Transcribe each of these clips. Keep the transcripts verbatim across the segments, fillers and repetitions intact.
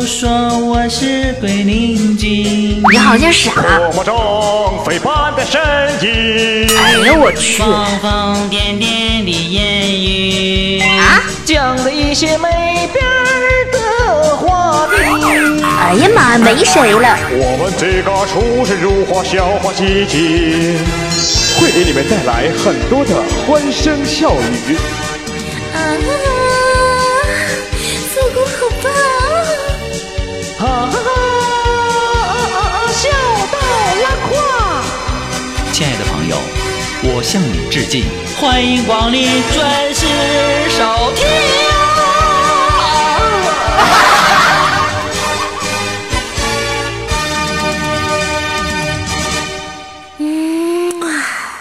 说我是鬼灵精， 你好像傻。 多么种非凡的声音！ 哎呦我去！ 疯疯癫癫的言语啊， 讲了一些没边儿的话题。 哎呀妈，没谁了。 我们这个出神入化、笑话喜剧，会给你们带来很多的欢声笑语。 啊，复古好棒！ 啊哈哈，笑到拉胯！亲爱的朋友，我向你致敬，欢迎光临准时收听。 嗯啊。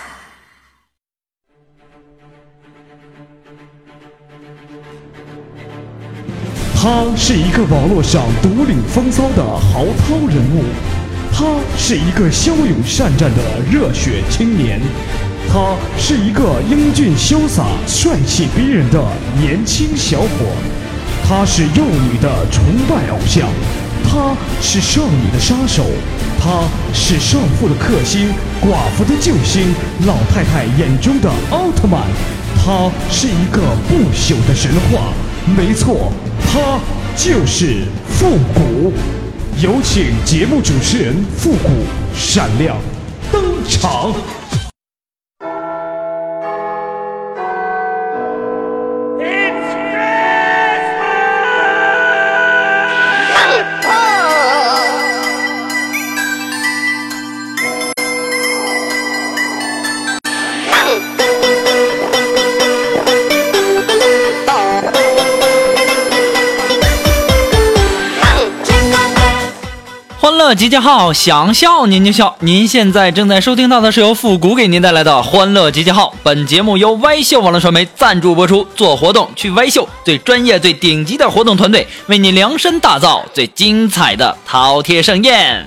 他是一个网络上独领风骚的豪涛人物，他是一个骁勇善战的热血青年，他是一个英俊潇洒、帅气逼人的年轻小伙，他是幼女的崇拜偶像，他是少女的杀手，他是少妇的克星、寡妇的救星、老太太眼中的奥特曼，他是一个不朽的神话。没错，他就是复古。有请节目主持人复古闪亮登场。 欢乐集结号，想笑您就笑。您现在正在收听到的是由复古给您带来的欢乐集结号。本节目由歪秀网络传媒赞助播出。做活动去歪秀，最专业、最顶级的活动团队为你量身打造最精彩的饕餮盛宴。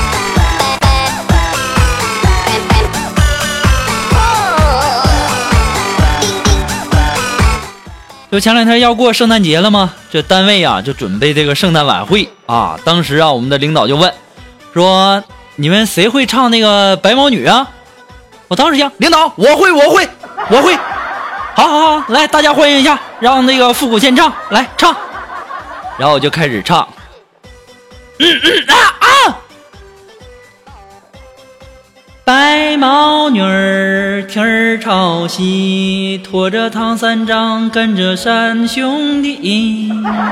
就前两天要过圣诞节了吗？这单位啊就准备这个圣诞晚会啊。当时啊我们的领导就问说，你们谁会唱那个白毛女啊？我当时想，领导我会我会我会，好好好，来大家欢迎一下，让那个复古先唱，来唱。然后我就开始唱，嗯嗯啊啊，白毛女儿天儿朝西，拖着唐三藏跟着三兄弟，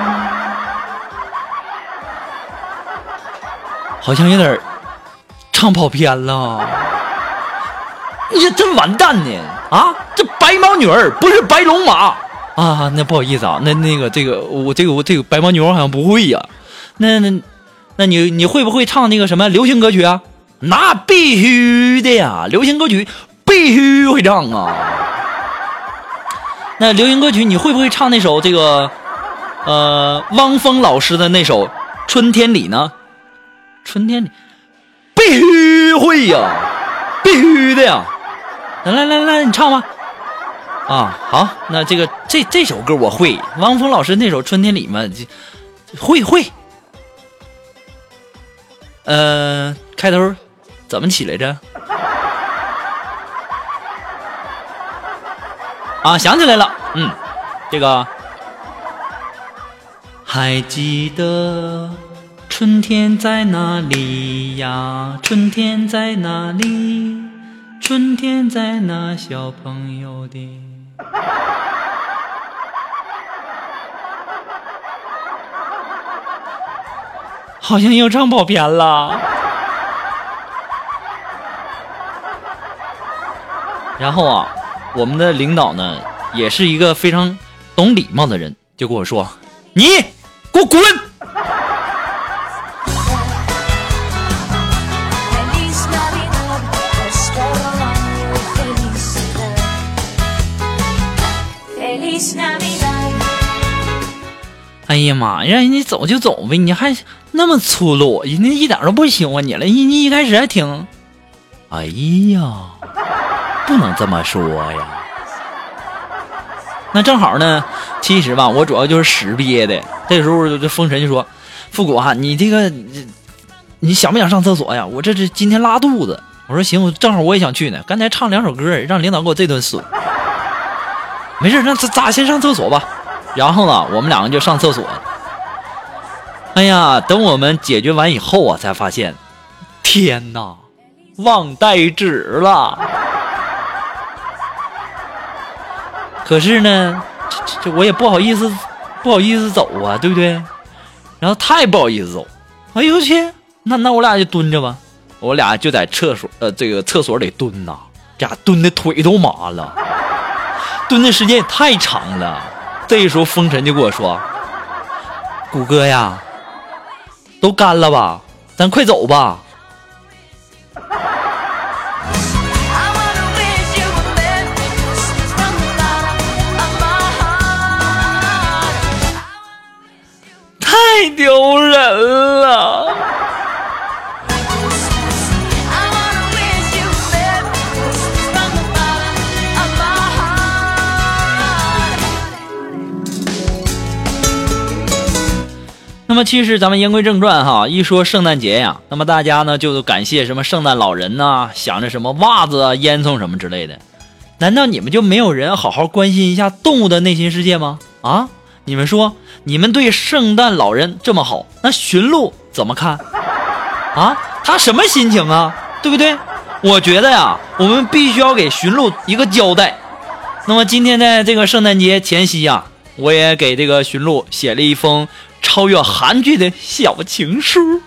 好像有点唱跑偏了。你这真完蛋呢啊！这白毛女儿不是白龙马啊！那不好意思啊，那那个这个我这个我这个白毛女儿好像不会呀、啊。那那那你你会不会唱那个什么流行歌曲啊？那必须的呀，流行歌曲必须会唱啊。那流行歌曲你会不会唱那首这个呃汪峰老师的那首《春天里》呢？春天里必须会呀，必须的呀。来来来来，你唱吧。啊，好，那这个这这首歌我会，汪峰老师那首《春天里》嘛，会会。呃，开头怎么起来着？啊，想起来了，嗯，这个还记得春天在哪里呀？春天在哪里？春天在那小朋友的。好像又唱跑偏了。然后啊，我们的领导呢，也是一个非常懂礼貌的人，就跟我说：“你给我滚！”哎呀妈，让人家走就走呗，你还那么粗鲁，人家一点都不喜欢你了。人家一开始还挺，哎呀，不能这么说呀。那正好呢，其实吧，我主要就是识别的。这时候这风神就说：“ 复古啊，你这个你想不想上厕所呀？我这是今天拉肚子。我说行，我正好我也想去呢。刚才唱两首歌，让领导给我这顿损。没事，那咱咱先上厕所吧。然后呢，我们两个就上厕所。哎呀，等我们解决完以后啊，才发现，天哪，忘带纸了。可是呢，这这我也不好意思，不好意思走啊，对不对？然后太不好意思走。哎呦我去，那那我俩就蹲着吧。我俩就在厕所呃这个厕所里蹲呐，这俩蹲的腿都麻了，蹲的时间也太长了。这时候风尘就跟我说：“谷哥呀，都干了吧，咱快走吧。”太丢人了。那么其实咱们言归正传哈，一说圣诞节呀，那么大家呢就感谢什么圣诞老人呐、啊，想着什么袜子啊、烟囱什么之类的。难道你们就没有人好好关心一下动物的内心世界吗？啊，你们说你们对圣诞老人这么好，那驯鹿怎么看？啊，他什么心情啊？对不对？我觉得呀，我们必须要给驯鹿一个交代。那么今天在这个圣诞节前夕啊，我也给这个驯鹿写了一封超越韩剧的小情书。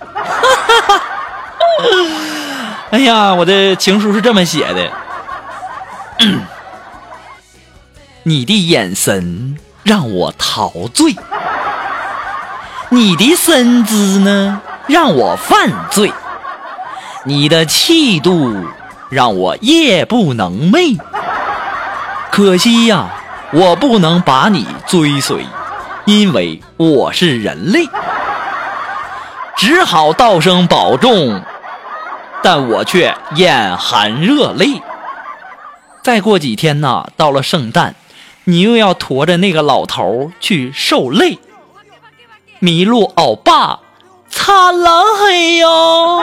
哎呀，我的情书是这么写的。你的眼神让我陶醉，你的身姿呢让我犯罪，你的气度让我夜不能寐。可惜呀，我不能把你追随，因为我是人类，只好道声保重，但我却眼含热泪。再过几天呢，到了圣诞，你又要驮着那个老头去受累。麋鹿欧巴，擦狼黑哟！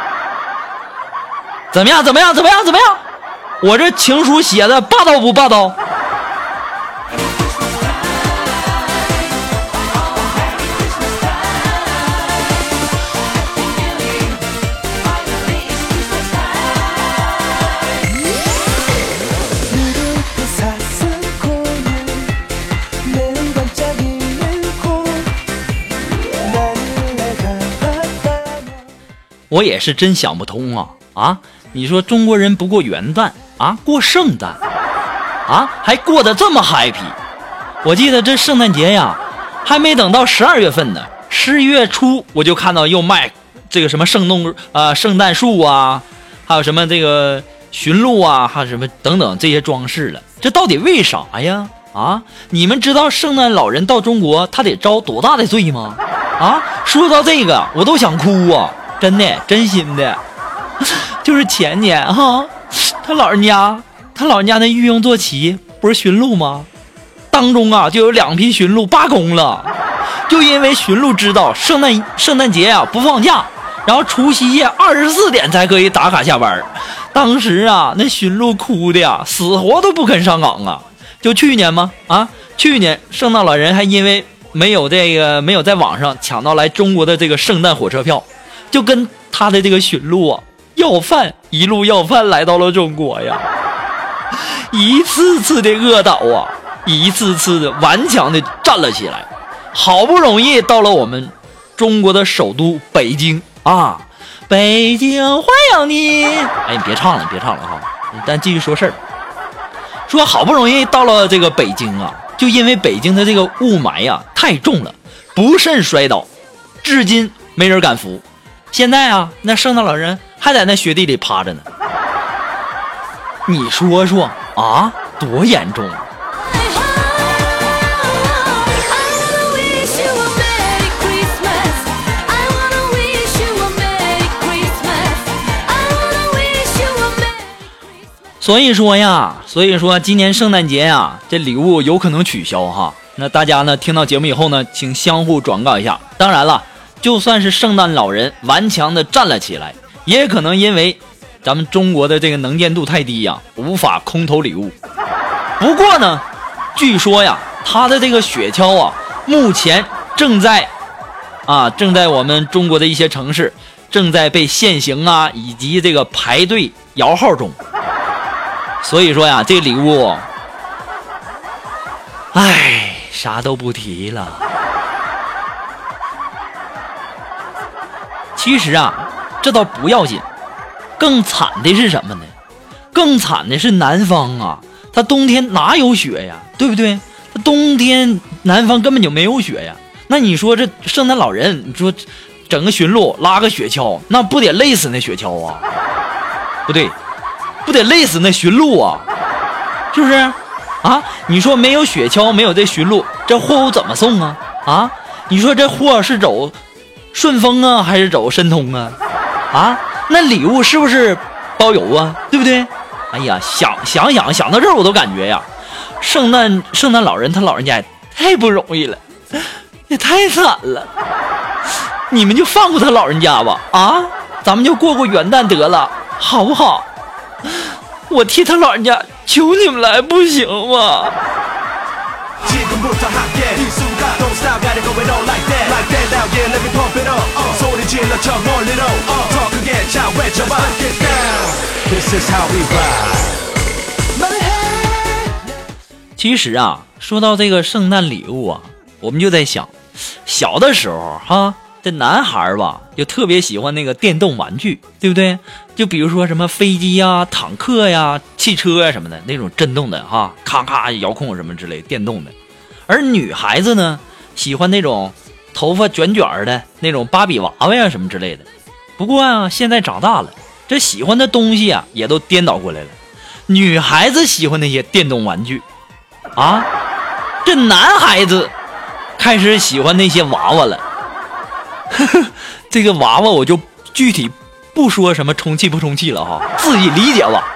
怎么样？怎么样？怎么样？怎么样？我这情书写的霸道不霸道？我也是真想不通啊啊！你说中国人不过元旦啊，过圣诞啊，还过得这么 happy。我记得这圣诞节呀，还没等到十二月份呢，十一月初我就看到又卖这个什么圣动啊、呃、圣诞树啊，还有什么这个驯鹿啊，还有什么等等这些装饰了。这到底为啥呀？啊，你们知道圣诞老人到中国他得遭多大的罪吗？啊，说到这个我都想哭啊！真的，真心的，就是前年哈，他老人家，他老人家那御用坐骑不是驯鹿吗？当中啊就有两匹驯鹿罢工了，就因为驯鹿知道圣诞圣诞节啊不放假，然后除夕夜二十四点才可以打卡下班。当时啊，那驯鹿哭的呀，死活都不肯上岗啊。就去年吗？啊，去年圣诞老人还因为没有这个没有在网上抢到来中国的这个圣诞火车票。就跟他的这个驯鹿啊要饭，一路要饭来到了中国呀，一次次的饿倒啊，一次次的顽强的站了起来，好不容易到了我们中国的首都北京啊，北京欢迎你！哎，你别唱了，别唱了哈，咱继续说事儿。说好不容易到了这个北京啊，就因为北京的这个雾霾呀、啊、太重了，不慎摔倒，至今没人敢扶。现在啊，那圣诞老人还在那雪地里趴着呢。你说说啊，多严重啊！所以说呀，所以说今年圣诞节呀，这礼物有可能取消哈。那大家呢听到节目以后呢，请相互转告一下。当然了。 就算是圣诞老人顽强的站了起来，也可能因为咱们中国的这个能见度太低呀，无法空投礼物。不过呢，据说呀，他的这个雪橇啊，目前正在啊正在我们中国的一些城市正在被限行啊，以及这个排队摇号中。所以说呀，这礼物，唉，啥都不提了。其实啊，这倒不要紧，更惨的是什么呢？更惨的是南方啊，它冬天哪有雪呀，对不对？它冬天南方根本就没有雪呀。那你说这圣诞老人，你说整个驯鹿拉个雪橇，那不得累死那雪橇啊？不对，不得累死那驯鹿啊？是不是啊？你说没有雪橇，没有这驯鹿，这货物怎么送啊？啊？你说这货是走顺丰啊，还是走申通啊？啊？那礼物是不是包邮啊？对不对？哎呀，想想想想到这儿，我都感觉呀，圣诞圣诞老人他老人家也太不容易了，也太惨了。你们就放过他老人家吧，啊，咱们就过过元旦得了，好不好？我替他老人家求你们来，不行吗？其实啊，说到这个圣诞礼物啊，我们就在想，小的时候哈，这男孩吧就特别喜欢那个电动玩具，对不对？就比如说什么飞机呀、坦克呀、汽车呀什么的，那种震动的哈，咔咔遥控什么之类电动的。而女孩子呢，喜欢那种头发卷卷的那种芭比娃娃呀什么之类的。不过啊，现在长大了，这喜欢的东西啊也都颠倒过来了。女孩子喜欢那些电动玩具啊，这男孩子开始喜欢那些娃娃了。呵呵，这个娃娃我就具体不说什么充气不充气了哈，自己理解吧。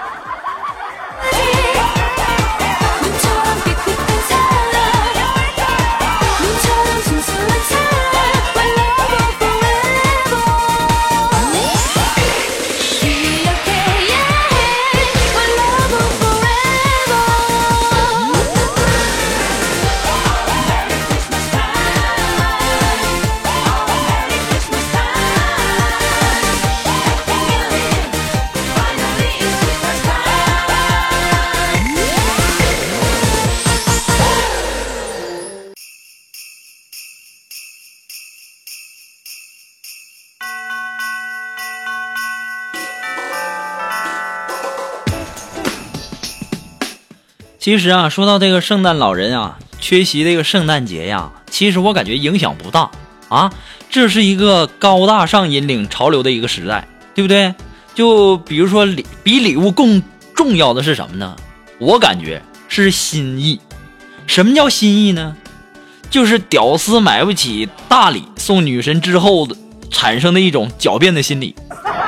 其实啊，说到这个圣诞老人啊，缺席这个圣诞节呀，其实我感觉影响不大啊。这是一个高大上引领潮流的一个时代，对不对？就比如说礼比礼物更重要的是什么呢？我感觉是心意。什么叫心意呢？就是屌丝买不起大礼送女神之后的产生的一种狡辩的心理。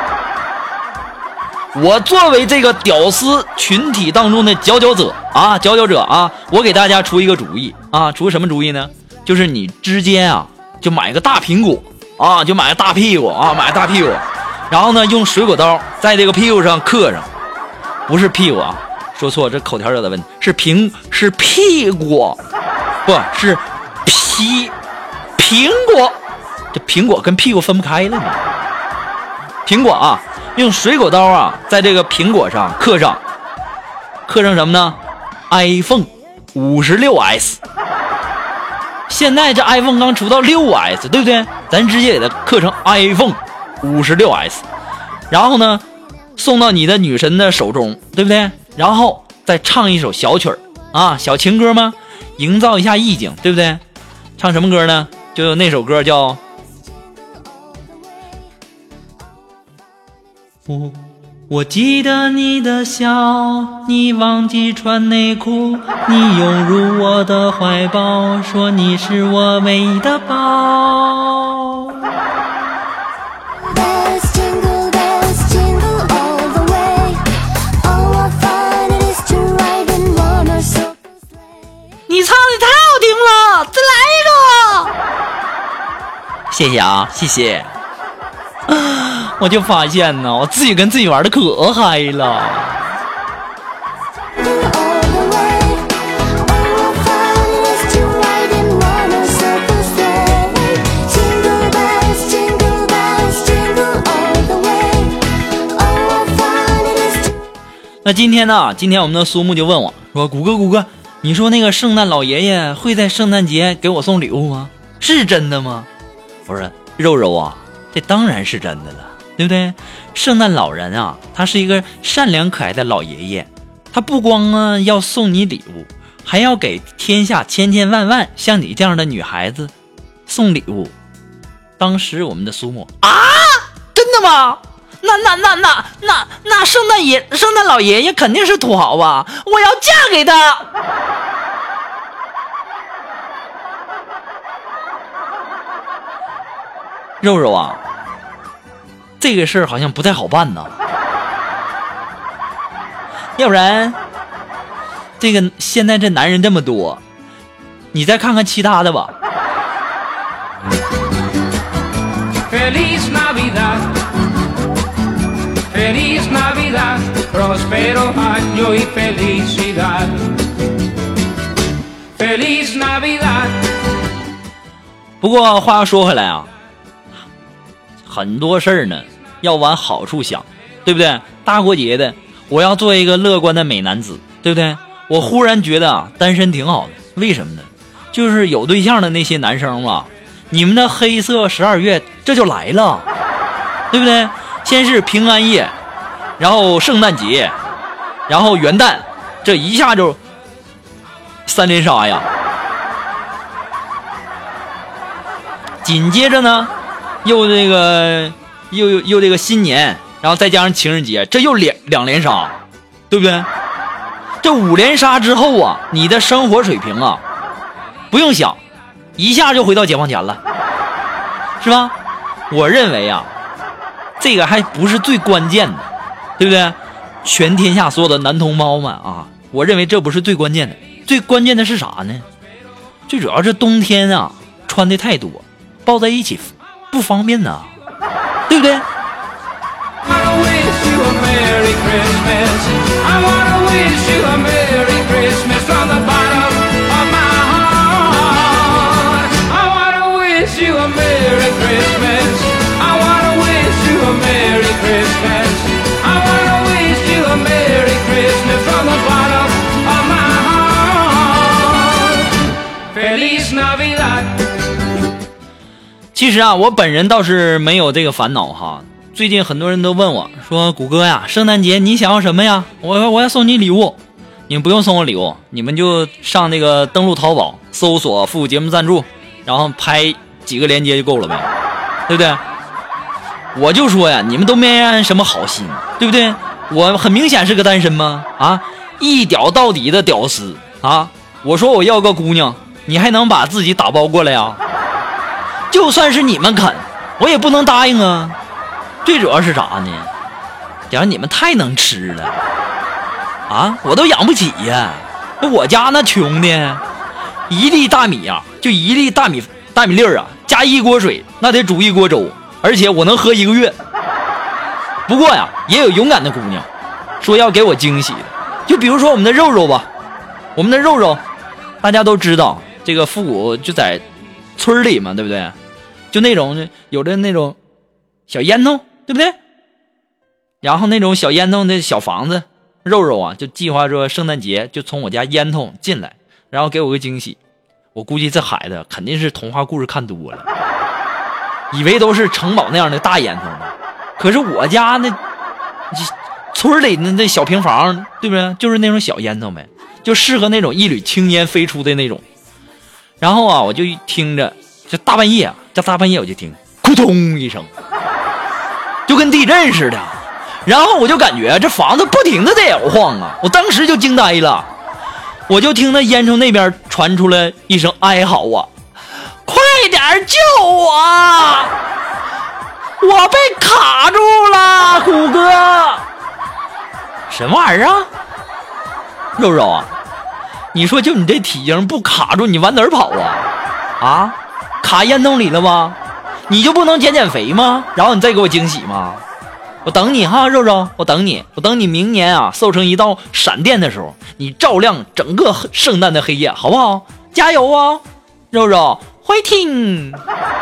我作为这个屌丝群体当中的佼佼者啊，佼佼者啊，我给大家出一个主意啊，出什么主意呢？就是你之间啊，就买个大苹果啊，就买个大屁股啊，买个大屁股，然后呢，用水果刀在这个屁股上刻上，不是屁股啊，说错，这口条有点问题，是苹是屁股，不是皮苹果，这苹果跟屁股分不开了呢。苹果啊。用水果刀啊，在这个苹果上刻上，刻上什么呢 ？iPhone 五十六 S。现在这 iPhone 刚出到六 S， 对不对？咱直接给它刻成 iPhone 五十六 S， 然后呢，送到你的女神的手中，对不对？然后再唱一首小曲儿啊，小情歌吗？营造一下意境，对不对？唱什么歌呢？就那首歌叫。我我记得你的笑，你忘记穿内裤，你涌入我的怀抱，说你是我唯一的宝。你唱的太好听了，再来一个。 谢谢啊，谢谢。我就发现呢，我自己跟自己玩的可嗨了。那今天呢？今天我们的苏木就问我说：“谷歌，谷歌，你说那个圣诞老爷爷会在圣诞节给我送礼物吗？是真的吗？”我说：“肉肉啊，这当然是真的了，对不对？圣诞老人啊，他是一个善良可爱的老爷爷，他不光啊要送你礼物，还要给天下千千万万像你这样的女孩子送礼物。”当时我们的苏木啊，真的吗？那那那那那那圣诞爷圣诞老爷爷肯定是土豪吧？我要嫁给他。肉肉啊，这个事儿好像不太好办呐。要不然，这个现在这男人这么多，你再看看其他的吧。Feliz Navidad, Feliz Navidad, próspero año y felicidad. Feliz Navidad. 不过话又说回来啊，很多事儿呢要往好处想，对不对？大过节的，我要做一个乐观的美男子，对不对？我忽然觉得啊，单身挺好的，为什么呢？就是有对象的那些男生嘛，你们的黑色十二月这就来了，对不对？先是平安夜，然后圣诞节，然后元旦，这一下就三连杀呀。紧接着呢，又这个又又又这个新年，然后再加上情人节，这又两两连杀，对不对？这五连杀之后啊，你的生活水平啊，不用想，一下就回到解放前了，是吧？我认为啊，这个还不是最关键的，对不对？全天下所有的男同胞们啊，我认为这不是最关键的，最关键的是啥呢？最主要是冬天啊，穿的太多，抱在一起不方便呐，对不对？其实啊，我本人倒是没有这个烦恼哈。最近很多人都问我说：“谷歌呀，圣诞节你想要什么呀？我我要送你礼物。”你们不用送我礼物，你们就上那个登录淘宝，搜索附节目赞助，然后拍几个链接就够了呗，对不对？我就说呀，你们都没安什么好心，对不对？我很明显是个单身吗？啊，一屌到底的屌丝啊！我说我要个姑娘，你还能把自己打包过来呀？就算是你们肯，我也不能答应啊。最主要是啥呢？讲你们太能吃了啊，我都养不起呀。我家那穷的，一粒大米啊，就一粒大米大米粒儿啊，加一锅水，那得煮一锅粥，而且我能喝一个月。不过呀，也有勇敢的姑娘说要给我惊喜的，就比如说我们的肉肉吧，我们的肉肉，大家都知道这个复古就在村里嘛，对不对？就那种有的那种小烟囱，对不对？然后那种小烟囱的小房子，肉肉啊就计划着圣诞节就从我家烟囱进来，然后给我个惊喜。我估计这孩子肯定是童话故事看多了，以为都是城堡那样的大烟囱呢。可是我家那村里那那小平房，对不对？就是那种小烟囱呗，就适合那种一缕青烟飞出的那种。然后啊，我就听着，这大半夜啊，这大半夜我就听，扑通一声，就跟地震似的。然后我就感觉这房子不停的在摇晃啊，我当时就惊呆了。我就听那烟囱那边传出来一声哀嚎啊，快点救我，我被卡住了，虎哥。什么玩意儿啊？肉肉啊，你说就你这体型不卡住你往哪儿跑啊？啊，卡烟囱里了吧？ 你就不能减减肥吗？然后你再给我惊喜吗？我等你哈，肉肉，我等你，我等你明年啊，瘦成一道闪电的时候，你照亮整个圣诞的黑夜，好不好？加油啊，肉肉，欢迎！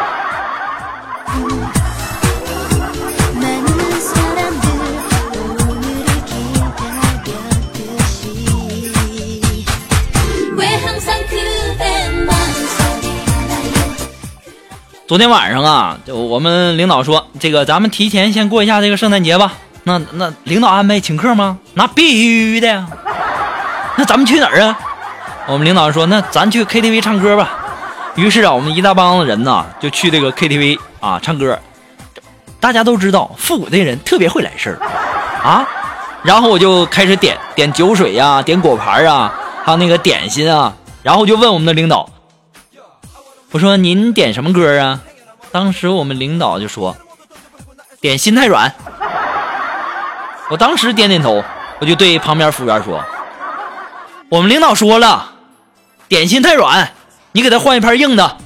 昨天晚上啊，就我们领导说，这个咱们提前先过一下这个圣诞节吧。那那领导安排请客吗？那必须的呀。那咱们去哪儿啊？我们领导说，那咱去 K T V 唱歌吧。于是啊，我们一大帮子人呢，就去这个 K T V 啊唱歌。大家都知道，复古的人特别会来事儿啊。然后我就开始点点酒水呀、啊，点果盘啊，还有那个点心啊。然后就问我们的领导，我说您点什么歌啊？当时我们领导就说点心太软。我当时点点头，我就对旁边服务员说，我们领导说了，点心太软，你给他换一盘硬的。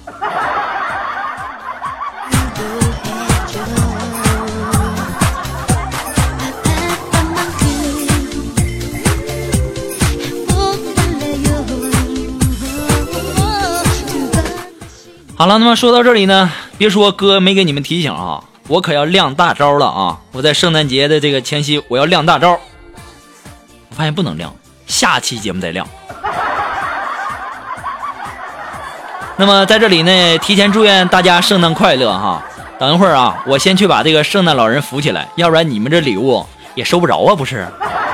好了，那么说到这里呢，别说哥没给你们提醒啊，我可要亮大招了啊！我在圣诞节的这个前夕，我要亮大招。我发现不能亮，下期节目再亮。那么在这里呢，提前祝愿大家圣诞快乐哈！等一会儿啊，我先去把这个圣诞老人扶起来，要不然你们这礼物也收不着啊，不是？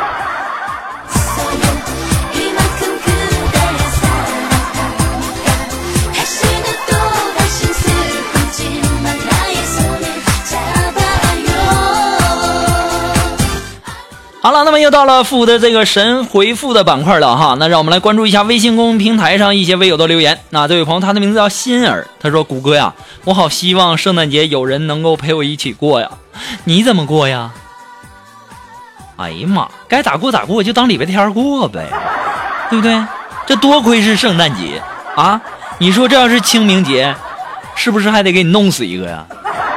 好了，那么又到了复的这个神回复的板块了哈，那让我们来关注一下微信公众平台上一些微友的留言。那这位朋友他的名字叫心儿，他说谷歌呀，我好希望圣诞节有人能够陪我一起过呀，你怎么过呀？哎呀妈，该咋过咋过，就当礼拜天过呗，对不对？这多亏是圣诞节啊，你说这要是清明节，是不是还得给你弄死一个呀？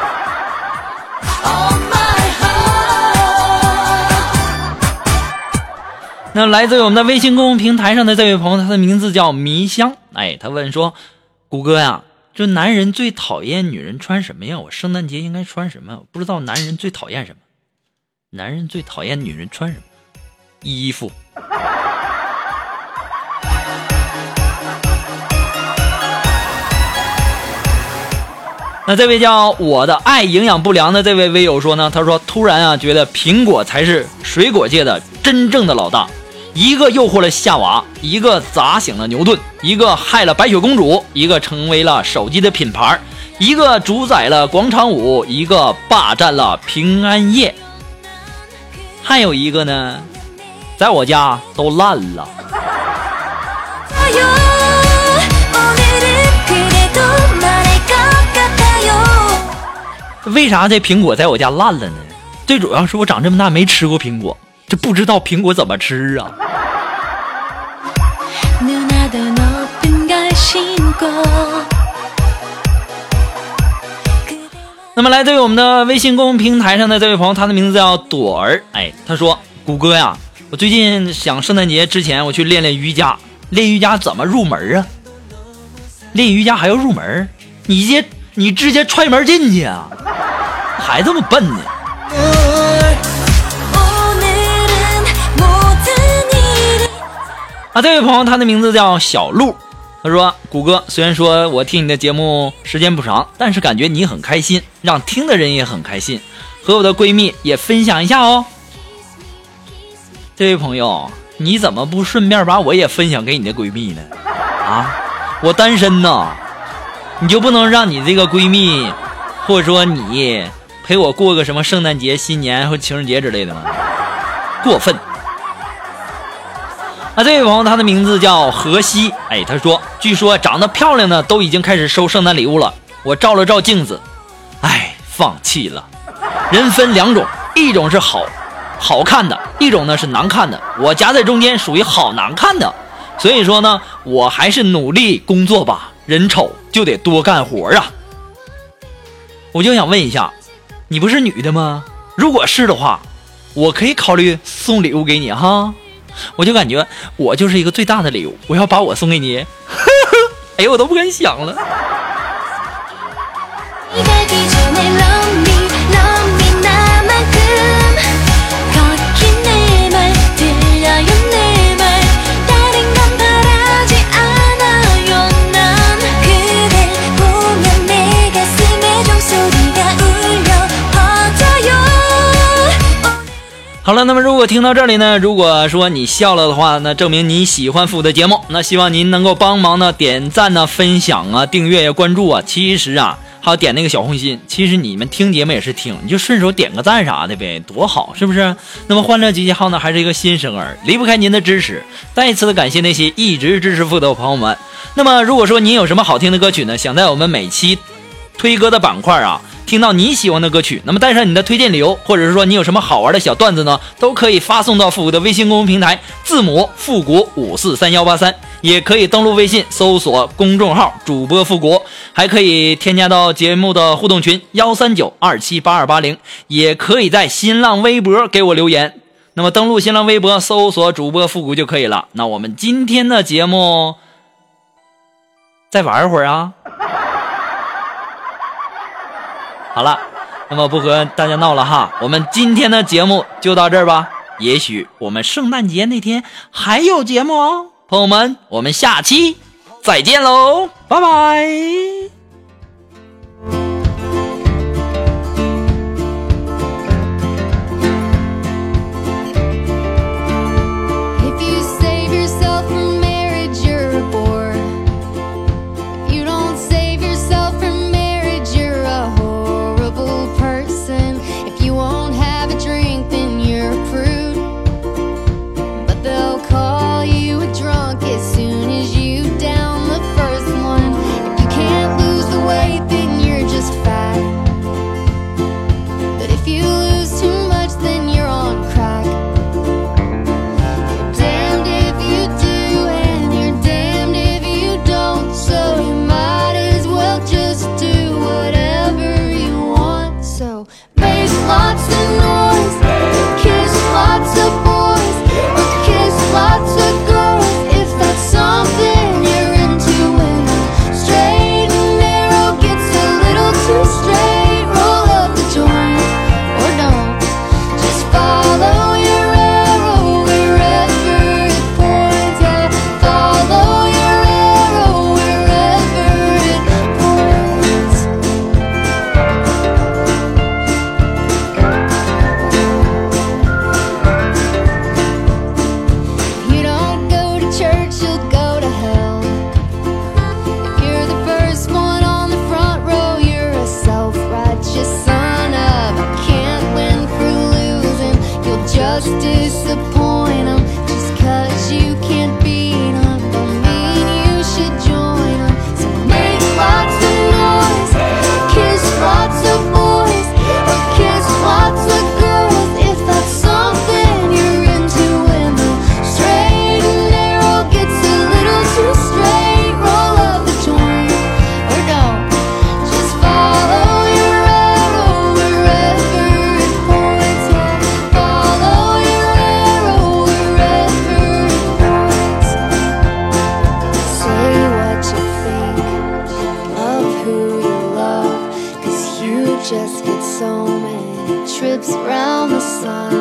那来自于我们的微信公众平台上的这位朋友，他的名字叫迷香。哎，他问说，谷歌呀，这男人最讨厌女人穿什么呀？我圣诞节应该穿什么？我不知道男人最讨厌什么。男人最讨厌女人穿什么？衣服。那这位叫我的爱营养不良的这位微友说呢，他说突然啊觉得苹果才是水果界的真正的老大，一个诱惑了夏娃，一个砸醒了牛顿，一个害了白雪公主，一个成为了手机的品牌，一个主宰了广场舞，一个霸占了平安夜，还有一个呢在我家都烂了。为啥这苹果在我家烂了呢？最主要是我长这么大没吃过苹果，这不知道苹果怎么吃啊。那么来自于我们的微信公众平台上的这位朋友，他的名字叫朵儿。哎，他说谷歌呀，我最近想圣诞节之前我去练练瑜伽，练瑜伽怎么入门啊？练瑜伽还要入门？你直接你直接踹门进去啊？还这么笨呢？啊，这位朋友他的名字叫小鹿，他说谷歌，虽然说我听你的节目时间不长，但是感觉你很开心，让听的人也很开心，和我的闺蜜也分享一下哦。这位朋友，你怎么不顺便把我也分享给你的闺蜜呢？啊，我单身呢，你就不能让你这个闺蜜或者说你陪我过个什么圣诞节、新年或情人节之类的吗？过分。那这位朋友他的名字叫何西，哎，他说据说长得漂亮的都已经开始收圣诞礼物了，我照了照镜子，哎，放弃了。人分两种，一种是好好看的，一种呢是难看的，我夹在中间属于好难看的，所以说呢我还是努力工作吧，人丑就得多干活啊。 我就想问一下，你不是女的吗？如果是的话，我可以考虑送礼物给你哈。我就感觉我就是一个最大的礼物，我要把我送给你。哎呦，我都不敢想了。好了，那么如果听到这里呢，如果说你笑了的话，那证明你喜欢复的节目，那希望您能够帮忙呢点赞呢、分享啊、订阅呀、关注啊。其实啊，还有点那个小红心，其实你们听节目也是听，你就顺手点个赞啥的呗，多好，是不是？那么欢乐集结号呢还是一个新生儿，离不开您的支持，再一次的感谢那些一直支持复的朋友们。那么如果说您有什么好听的歌曲呢，想在我们每期推歌的板块啊听到你喜欢的歌曲，那么带上你的推荐理由，或者是说你有什么好玩的小段子呢，都可以发送到复古的微信公众平台，字母复古五四三幺八三，也可以登录微信搜索公众号主播复古，还可以添加到节目的互动群幺三九二七八二八零，也可以在新浪微博给我留言。那么登录新浪微博搜索主播复古就可以了。那我们今天的节目再玩一会儿啊。好了，那么不和大家闹了哈，我们今天的节目就到这儿吧。也许我们圣诞节那天还有节目哦，朋友们，我们下期再见喽，拜拜。 just get so many trips around the sun.